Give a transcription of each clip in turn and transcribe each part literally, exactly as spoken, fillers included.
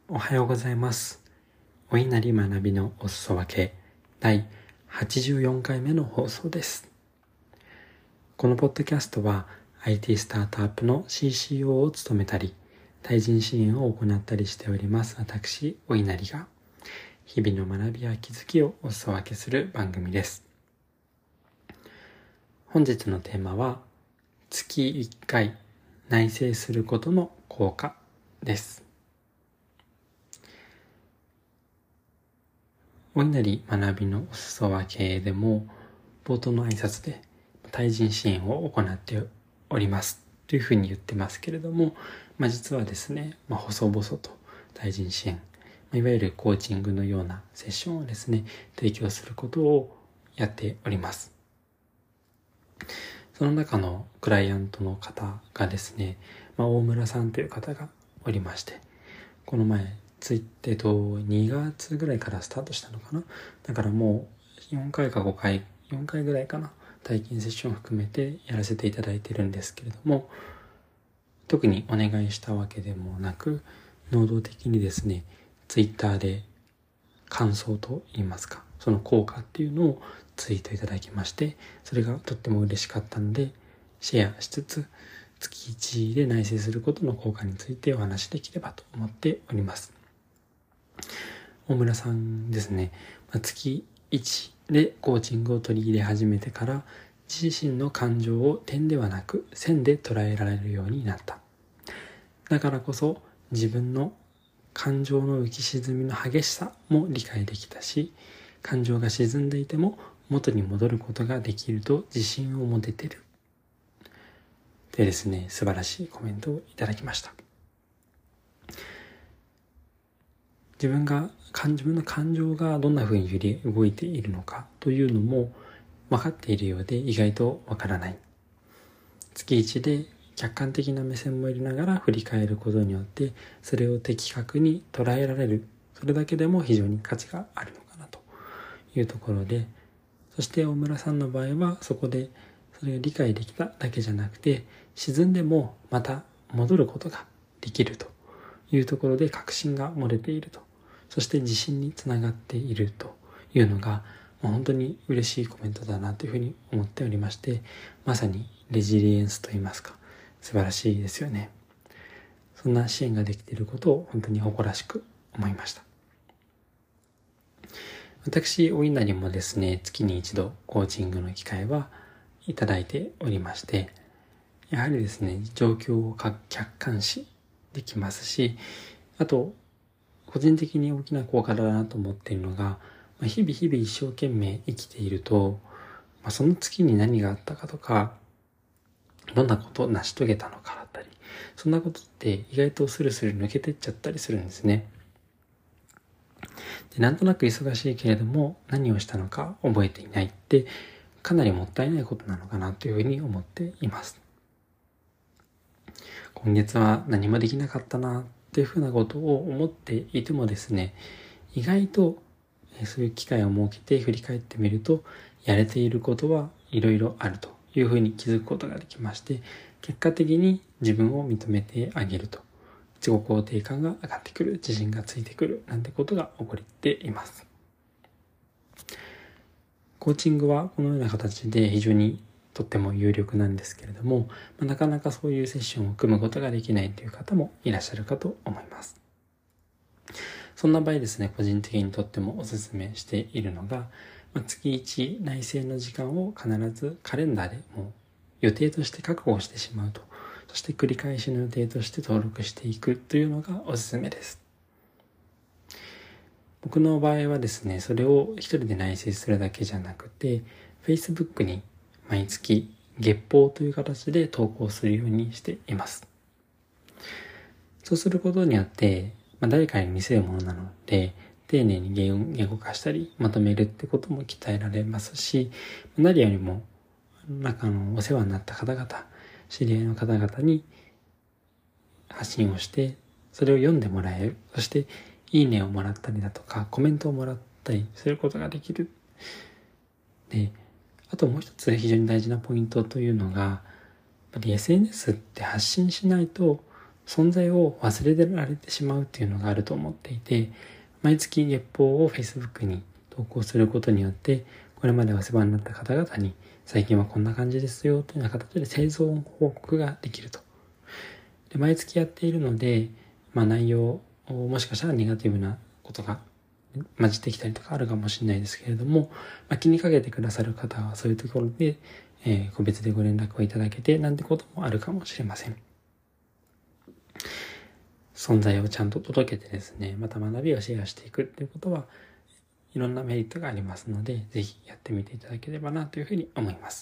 おはようございます。お稲荷学びのお裾分けだいはちじゅうよんかいめの放送です。このポッドキャストは アイティー スタートアップの シーシーオー を務めたり、対人支援を行ったりしております私、お稲荷が日々の学びや気づきをお裾分けする番組です。本日のテーマは月いっかい内省することの効果です。お稲荷学びのお裾分けでも冒頭の挨拶で対人支援を行っておりますというふうに言ってますけれども、まあ、実はですね、まあ、細々と対人支援、いわゆるコーチングのようなセッションをですね提供することをやっております。その中のクライアントの方がですね、まあ、大村さんという方がおりまして、この前ツイッターとにがつぐらいからスタートしたのかな。だからもうよんかいかごかい、よんかいぐらいかな、体験セッションを含めてやらせていただいているんですけれども、特にお願いしたわけでもなく、能動的にですね、ツイッターで感想といいますか、その効果っていうのをツイートいただきまして、それがとっても嬉しかったので、シェアしつつ、月いちで内省することの効果についてお話しできればと思っております。大村さんですね、月いちでコーチングを取り入れ始めてから、自身の感情を点ではなく線で捉えられるようになった。だからこそ自分の感情の浮き沈みの激しさも理解できたし、感情が沈んでいても元に戻ることができると自信を持ててる。でですね、素晴らしいコメントをいただきました。自分が自分の感情がどんな風に揺れ動いているのかというのも分かっているようで意外と分からない。月いちで客観的な目線も入れながら振り返ることによってそれを的確に捉えられる、それだけでも非常に価値があるのかなというところで、そして大村さんの場合はそこでそれが理解できただけじゃなくて、沈んでもまた戻ることができるというところで確信が漏れていると、そして自信につながっているというのが本当に嬉しいコメントだなというふうに思っておりまして、まさにレジリエンスといいますか、素晴らしいですよね。そんな支援ができていることを本当に誇らしく思いました。私、お稲荷もですね、月に一度コーチングの機会はいただいておりまして、やはりですね、状況を客観視できますし、あと個人的に大きな効果だなと思っているのが、日々日々一生懸命生きていると、その月に何があったかとか、どんなことを成し遂げたのかだったり、そんなことって意外とスルスル抜けてっちゃったりするんですね。で、なんとなく忙しいけれども何をしたのか覚えていないってかなりもったいないことなのかなというふうに思っています。今月は何もできなかったなっていうふうなことを思っていてもですね、意外とそういう機会を設けて振り返ってみると、やれていることはいろいろあるというふうに気づくことができまして、結果的に自分を認めてあげると、自己肯定感が上がってくる、自信がついてくるなんてことが起こっています。コーチングはこのような形で非常にとっても有力なんですけれども、なかなかそういうセッションを組むことができないという方もいらっしゃるかと思います。そんな場合ですね、個人的にとってもお勧めしているのが、月いち内省の時間を必ずカレンダーでもう予定として確保してしまうと、そして繰り返しの予定として登録していくというのがおすすめです。僕の場合はですね、それを一人で内省するだけじゃなくて、Facebook に毎月月報という形で投稿するようにしています。そうすることによって、まあ、誰かに見せるものなので、丁寧に言語化したりまとめるってことも鍛えられますし、何よりも中のお世話になった方々、知り合いの方々に発信をして、それを読んでもらえる。そしていいねをもらったりだとか、コメントをもらったりすることができる。で、あともう一つ非常に大事なポイントというのが、やっぱり エスエヌエス って発信しないと存在を忘れられてしまうっていうのがあると思っていて、毎月月報を Facebook に投稿することによって、これまでお世話になった方々に最近はこんな感じですよというような形で生存報告ができると。で、毎月やっているので、まあ内容、もしかしたらネガティブなことが混じってきたりとかあるかもしれないですけれども、まあ、気にかけてくださる方はそういうところで、えー、個別でご連絡をいただけてなんてこともあるかもしれません。存在をちゃんと届けてですね、また学びをシェアしていくっていうことはいろんなメリットがありますので、ぜひやってみていただければなというふうに思います。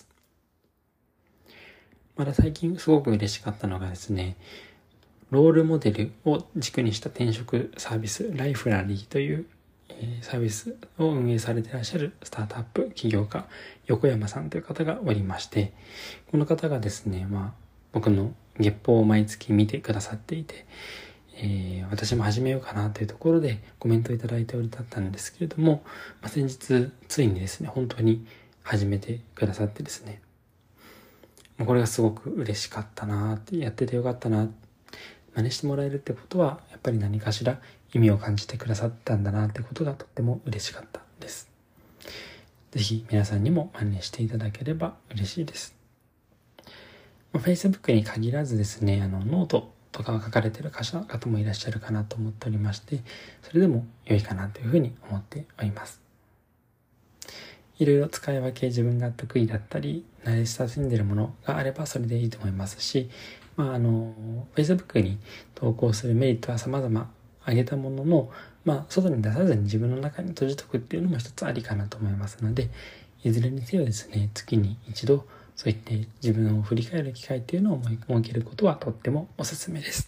まだ最近すごく嬉しかったのがですね、ロールモデルを軸にした転職サービス、ライフラリーというサービスを運営されていらっしゃるスタートアップ起業家、横山さんという方がおりまして、この方がですね、まあ、僕の月報を毎月見てくださっていて、えー、私も始めようかなというところでコメントをいただいておりだったんですけれども、まあ、先日ついにですね、本当に始めてくださってですね、これがすごく嬉しかったなって、やっててよかったな、真似してもらえるってことはやっぱり何かしら意味を感じてくださったんだなってことがとっても嬉しかったです。ぜひ皆さんにも真似していただければ嬉しいです。まあ、Facebook に限らずですね、あのノートとかを書かれている方もいらっしゃるかなと思っておりまして、それでも良いかなというふうに思っております。いろいろ使い分け、自分が得意だったり慣れ親しんでいるものがあればそれでいいと思いますし、まあ、あの Facebook に投稿するメリットは様々挙げたものの、まあ、外に出さずに自分の中に閉じとくっていうのも一つありかなと思いますので、いずれにせよですね、月に一度そういって自分を振り返る機会っていうのを設けることはとってもおすすめです。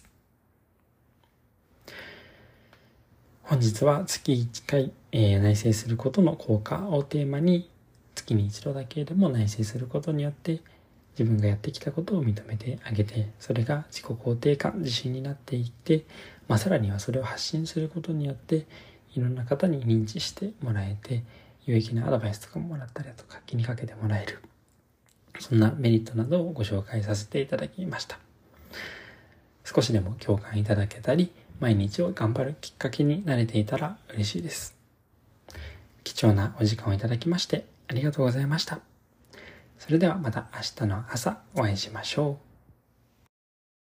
本日は月いっかい、えー、内省することの効果をテーマに、月に一度だけでも内省することによって自分がやってきたことを認めてあげて、それが自己肯定感、自信になっていって、まあ、さらにはそれを発信することによっていろんな方に認知してもらえて、有益なアドバイスとかももらったりだとか気にかけてもらえる、そんなメリットなどをご紹介させていただきました。少しでも共感いただけたり、毎日を頑張るきっかけになれていたら嬉しいです。貴重なお時間をいただきましてありがとうございました。それではまた明日の朝お会いしましょう。